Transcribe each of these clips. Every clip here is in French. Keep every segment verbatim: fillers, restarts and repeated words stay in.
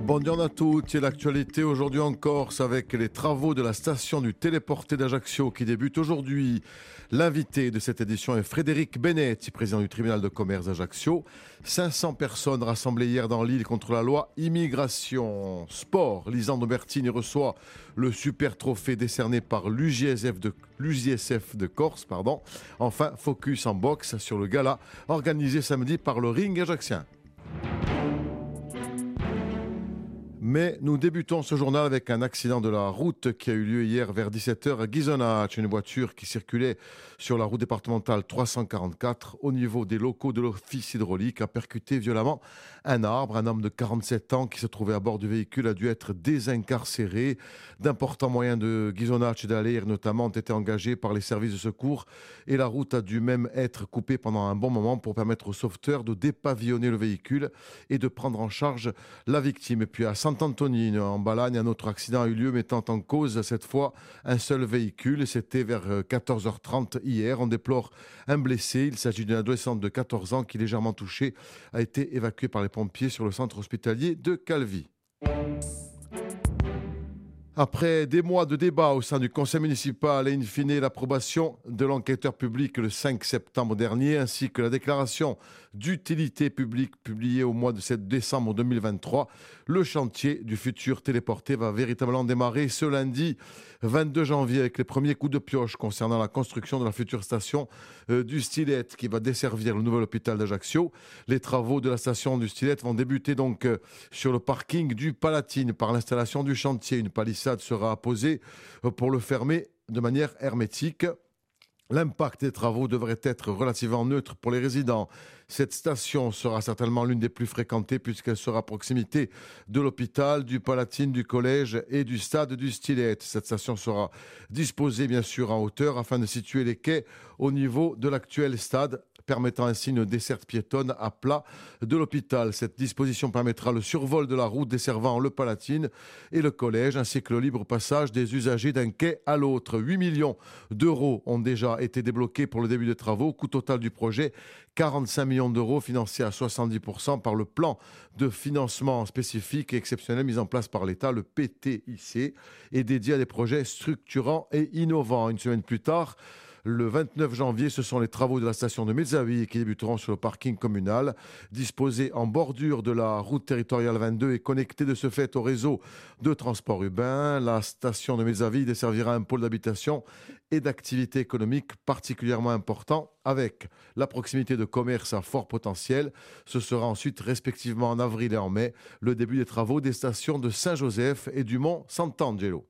Bonjour à tous, c'est l'actualité aujourd'hui en Corse avec les travaux de la station du téléporté d'Ajaccio qui débute aujourd'hui. L'invité de cette édition est Frédéric Benetti, président du tribunal de commerce d'Ajaccio. cinq cents personnes rassemblées hier dans l'île contre la loi immigration. Sport, Lisandro Bertini reçoit le super trophée décerné par l'U J S F de, l'U J S F de Corse. Pardon. Enfin, focus en boxe sur le gala organisé samedi par le Ring ajaccien. Mais nous débutons ce journal avec un accident de la route qui a eu lieu hier vers dix-sept heures à Ghisonaccia. Une voiture qui circulait sur la route départementale trois cent quarante-quatre au niveau des locaux de l'office hydraulique a percuté violemment un arbre. Un homme de quarante-sept ans qui se trouvait à bord du véhicule a dû être désincarcéré. D'importants moyens de Ghisonaccia et d'Aler notamment ont été engagés par les services de secours et la route a dû même être coupée pendant un bon moment pour permettre aux sauveteurs de dépavillonner le véhicule et de prendre en charge la victime. Et puis à Sant'Antonino, en Balagne, un autre accident a eu lieu mettant en cause cette fois un seul véhicule. C'était vers quatorze heures trente hier. On déplore un blessé. Il s'agit d'une adolescente de quatorze ans qui, légèrement touchée, a été évacuée par les pompiers sur le centre hospitalier de Calvi. Après des mois de débat au sein du conseil municipal et in fine l'approbation de l'enquêteur public le cinq septembre dernier, ainsi que la déclaration d'utilité publique publiée au mois de décembre deux mille vingt-trois, le chantier du futur téléporté va véritablement démarrer ce lundi vingt-deux janvier avec les premiers coups de pioche concernant la construction de la future station euh, du Stillette qui va desservir le nouvel hôpital d'Ajaccio. Les travaux de la station du Stillette vont débuter donc euh, sur le parking du Palatine par l'installation du chantier. Une palissade sera apposée euh, pour le fermer de manière hermétique. L'impact des travaux devrait être relativement neutre pour les résidents. Cette station sera certainement l'une des plus fréquentées puisqu'elle sera à proximité de l'hôpital, du Palatine, du collège et du stade du Stillette. Cette station sera disposée bien sûr en hauteur afin de situer les quais au niveau de l'actuel stade, permettant ainsi une desserte piétonne à plat de l'hôpital. Cette disposition permettra le survol de la route desservant le Palatine et le collège, ainsi que le libre passage des usagers d'un quai à l'autre. huit millions d'euros ont déjà été débloqués pour le début des travaux. Coût total du projet, quarante-cinq millions d'euros financés à soixante-dix pour cent par le plan de financement spécifique et exceptionnel mis en place par l'État, le P T I C, et dédié à des projets structurants et innovants. Une semaine plus tard, le vingt-neuf janvier, ce sont les travaux de la station de Mezzavi qui débuteront sur le parking communal. Disposée en bordure de la route territoriale vingt-deux et connectée de ce fait au réseau de transport urbain, la station de Mezzavi desservira un pôle d'habitation et d'activité économique particulièrement important avec la proximité de commerces à fort potentiel. Ce sera ensuite respectivement en avril et en mai le début des travaux des stations de Saint-Joseph et du Mont Sant'Angelo.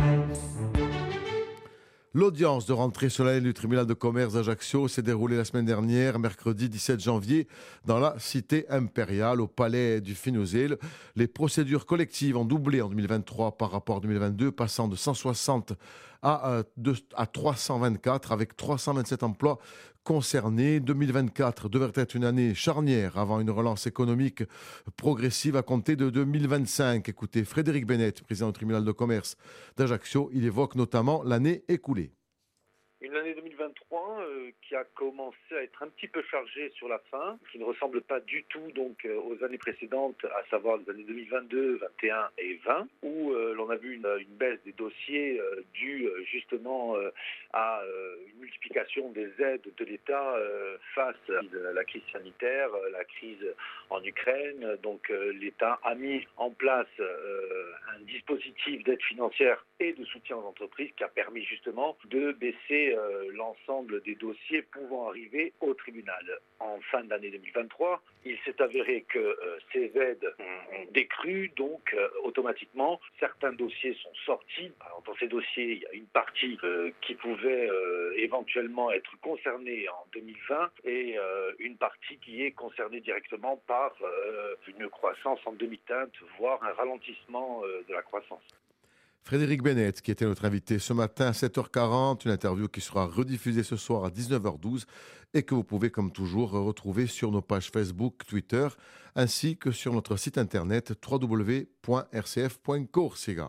L'audience de rentrée solennelle du tribunal de commerce d'Ajaccio s'est déroulée la semaine dernière, mercredi dix-sept janvier, dans la cité impériale, au palais du Finuze. Les procédures collectives ont doublé en deux mille vingt-trois par rapport à deux mille vingt-deux, passant de cent soixante à, à trois cent vingt-quatre, avec trois cent vingt-sept emplois concernés. deux mille vingt-quatre devrait être une année charnière avant une relance économique progressive à compter de deux mille vingt-cinq. Écoutez Frédéric Benetti, président du tribunal de commerce d'Ajaccio. Il évoque notamment l'année écoulée. Une année deux mille vingt-trois euh, qui a commencé à être un petit peu chargée sur la fin, qui ne ressemble pas du tout donc euh, aux années précédentes, à savoir les années deux mille vingt-deux, vingt et un et vingt, où euh, l'on a vu une, une baisse des dossiers euh, due euh, justement euh, à euh, une multiplication des aides de l'État euh, face à la crise sanitaire, euh, la crise en Ukraine. Donc euh, l'État a mis en place euh, un dispositif d'aide financière et de soutien aux entreprises qui a permis justement de baisser euh, l'ensemble des dossiers pouvant arriver au tribunal. En fin d'année deux mille vingt-trois, il s'est avéré que euh, ces aides ont décru, donc euh, automatiquement certains dossiers sont sortis. Alors, dans ces dossiers, il y a une partie euh, qui pouvait euh, éventuellement être concernée en deux mille vingt et euh, une partie qui est concernée directement par euh, une croissance en demi-teinte, voire un ralentissement euh, de la croissance. Frédéric Benetti, qui était notre invité ce matin à sept heures quarante, une interview qui sera rediffusée ce soir à dix-neuf heures douze et que vous pouvez comme toujours retrouver sur nos pages Facebook, Twitter, ainsi que sur notre site internet w w w point r c f point corsica.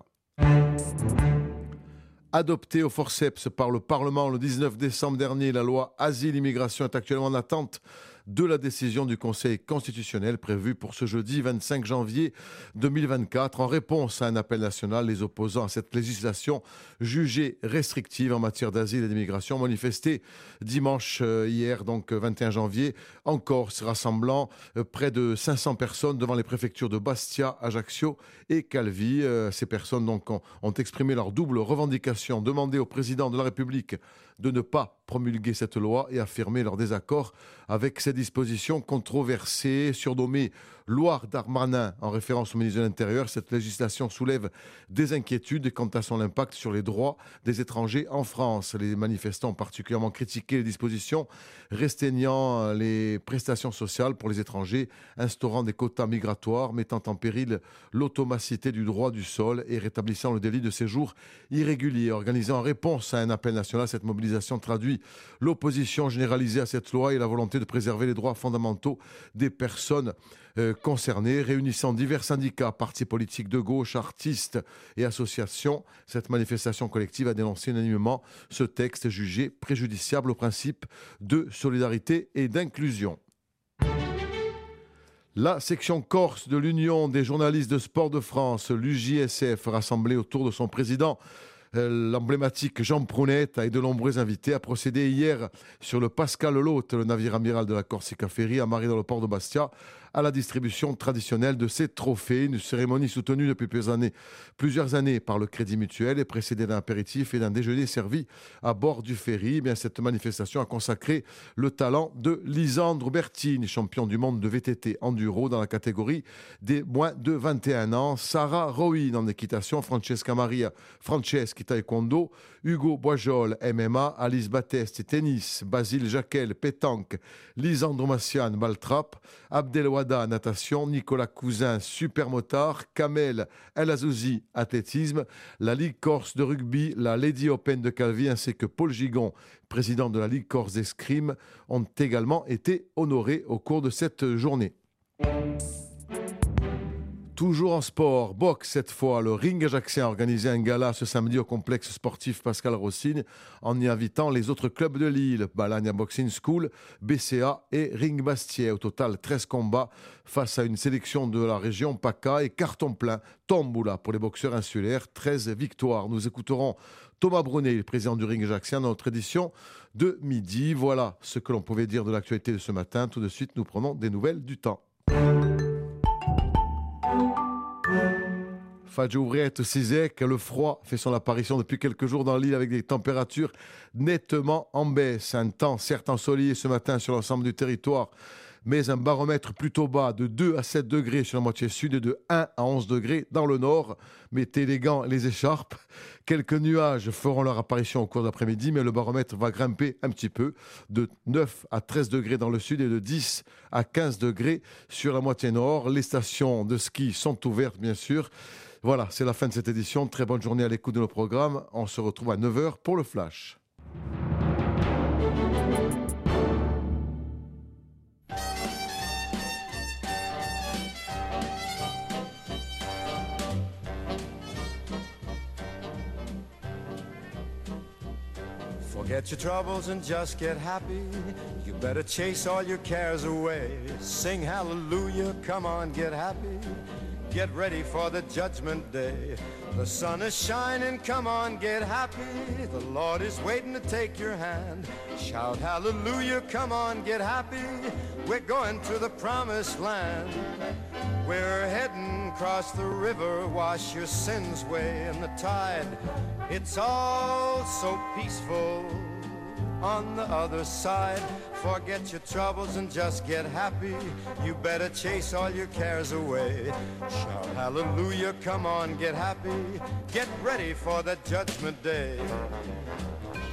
Adoptée au forceps par le Parlement le dix-neuf décembre dernier, la loi Asile-Immigration est actuellement en attente de la décision du Conseil constitutionnel prévue pour ce jeudi vingt-cinq janvier deux mille vingt-quatre. En réponse à un appel national, les opposants à cette législation jugée restrictive en matière d'asile et d'immigration manifestaient dimanche euh, hier, donc vingt et un janvier, en Corse, rassemblant euh, près de cinq cents personnes devant les préfectures de Bastia, Ajaccio et Calvi. Euh, ces personnes donc, ont, ont exprimé leur double revendication, demandé au président de la République de ne pas promulguer cette loi et affirmer leur désaccord avec ces dispositions controversées, surnommées loi Darmanin en référence au ministre de l'Intérieur. Cette législation soulève des inquiétudes quant à son impact sur les droits des étrangers en France. Les manifestants ont particulièrement critiqué les dispositions restreignant les prestations sociales pour les étrangers, instaurant des quotas migratoires, mettant en péril l'automacité du droit du sol et rétablissant le délit de séjour irrégulier. Organisée en réponse à un appel national, cette mobilisation traduit l'opposition généralisée à cette loi et la volonté de préserver les droits fondamentaux des personnes euh, concernées. Réunissant divers syndicats, partis politiques de gauche, artistes et associations, cette manifestation collective a dénoncé unanimement ce texte jugé préjudiciable au principe de solidarité et d'inclusion. La section Corse de l'Union des journalistes de sport de France, l'U J S F, rassemblée autour de son président, l'emblématique Jean Prounet, et de nombreux invités, a procédé hier sur le Pascal Lotte, le navire amiral de la Corsica Ferry, amarré dans le port de Bastia, à la distribution traditionnelle de ces trophées. Une cérémonie soutenue depuis plusieurs années, plusieurs années par le Crédit Mutuel et précédée d'un apéritif et d'un déjeuner servi à bord du ferry. Eh bien, cette manifestation a consacré le talent de Lisandro Bertini, champion du monde de V T T enduro dans la catégorie des moins de vingt et un ans, Sarah Roin en équitation, Francesca Maria Franceschi taekwondo, Hugo Boisjol M M A, Alice Batteste tennis, Basile Jacquel pétanque, Lisandro Massian baltrap, Abdelwada natation, Nicolas Cousin supermotard, Kamel El Azouzi athlétisme, la Ligue Corse de rugby, la Lady Open de Calvi ainsi que Paul Gigon, président de la Ligue Corse d'escrime, ont également été honorés au cours de cette journée. Toujours en sport, boxe cette fois, le Ring Ajaxien a organisé un gala ce samedi au complexe sportif Pascal Rossini en y invitant les autres clubs de Lille, Balagna Boxing School, B C A et Ring Bastier. Au total, treize combats face à une sélection de la région PACA et carton plein, tomboula pour les boxeurs insulaires, treize victoires. Nous écouterons Thomas Brunet, le président du Ring Ajaxien, dans notre édition de midi. Voilà ce que l'on pouvait dire de l'actualité de ce matin. Tout de suite, nous prenons des nouvelles du temps. Fadjouriette Sizek, le froid fait son apparition depuis quelques jours dans l'île avec des températures nettement en baisse. Un temps certes ensoleillé ce matin sur l'ensemble du territoire, mais un baromètre plutôt bas de deux à sept degrés sur la moitié sud et de un à onze degrés dans le nord. Mettez les gants et les écharpes. Quelques nuages feront leur apparition au cours de l'après-midi, mais le baromètre va grimper un petit peu, de neuf à treize degrés dans le sud et de dix à quinze degrés sur la moitié nord. Les stations de ski sont ouvertes, bien sûr. Voilà, c'est la fin de cette édition. Très bonne journée à l'écoute de nos programmes. On se retrouve à neuf heures pour le Flash. Forget your troubles and just get happy. You better chase all your cares away. Sing hallelujah, come on, get happy. Get ready for the judgment day. The sun is shining, come on, get happy. The Lord is waiting to take your hand. Shout hallelujah, come on, get happy. We're going to the promised land. We're heading across the river, wash your sins away in the tide. It's all so peaceful on the other side. Forget your troubles and just get happy. You better chase all your cares away. Shout hallelujah, come on, get happy. Get ready for the judgment day.